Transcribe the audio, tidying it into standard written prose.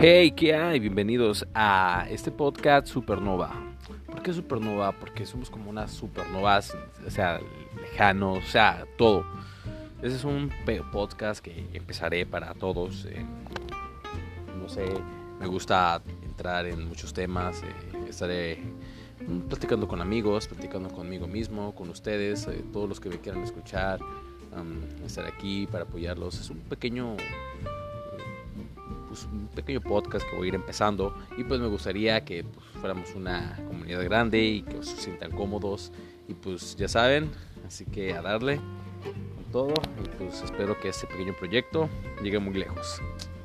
Hey, ¿qué hay? Bienvenidos a este podcast Supernova. ¿Por qué Supernova? Porque somos como unas supernovas, o sea, lejanos, o sea, todo. Ese es un podcast que empezaré para todos. No sé, me gusta entrar en muchos temas. Estaré platicando con amigos, platicando conmigo mismo, con ustedes, todos los que me quieran escuchar. Estar aquí para apoyarlos. Es un pequeño podcast que voy a ir empezando y pues me gustaría que fuéramos una comunidad grande y que se sientan cómodos y pues ya saben, así que a darle con todo y pues espero que este pequeño proyecto llegue muy lejos.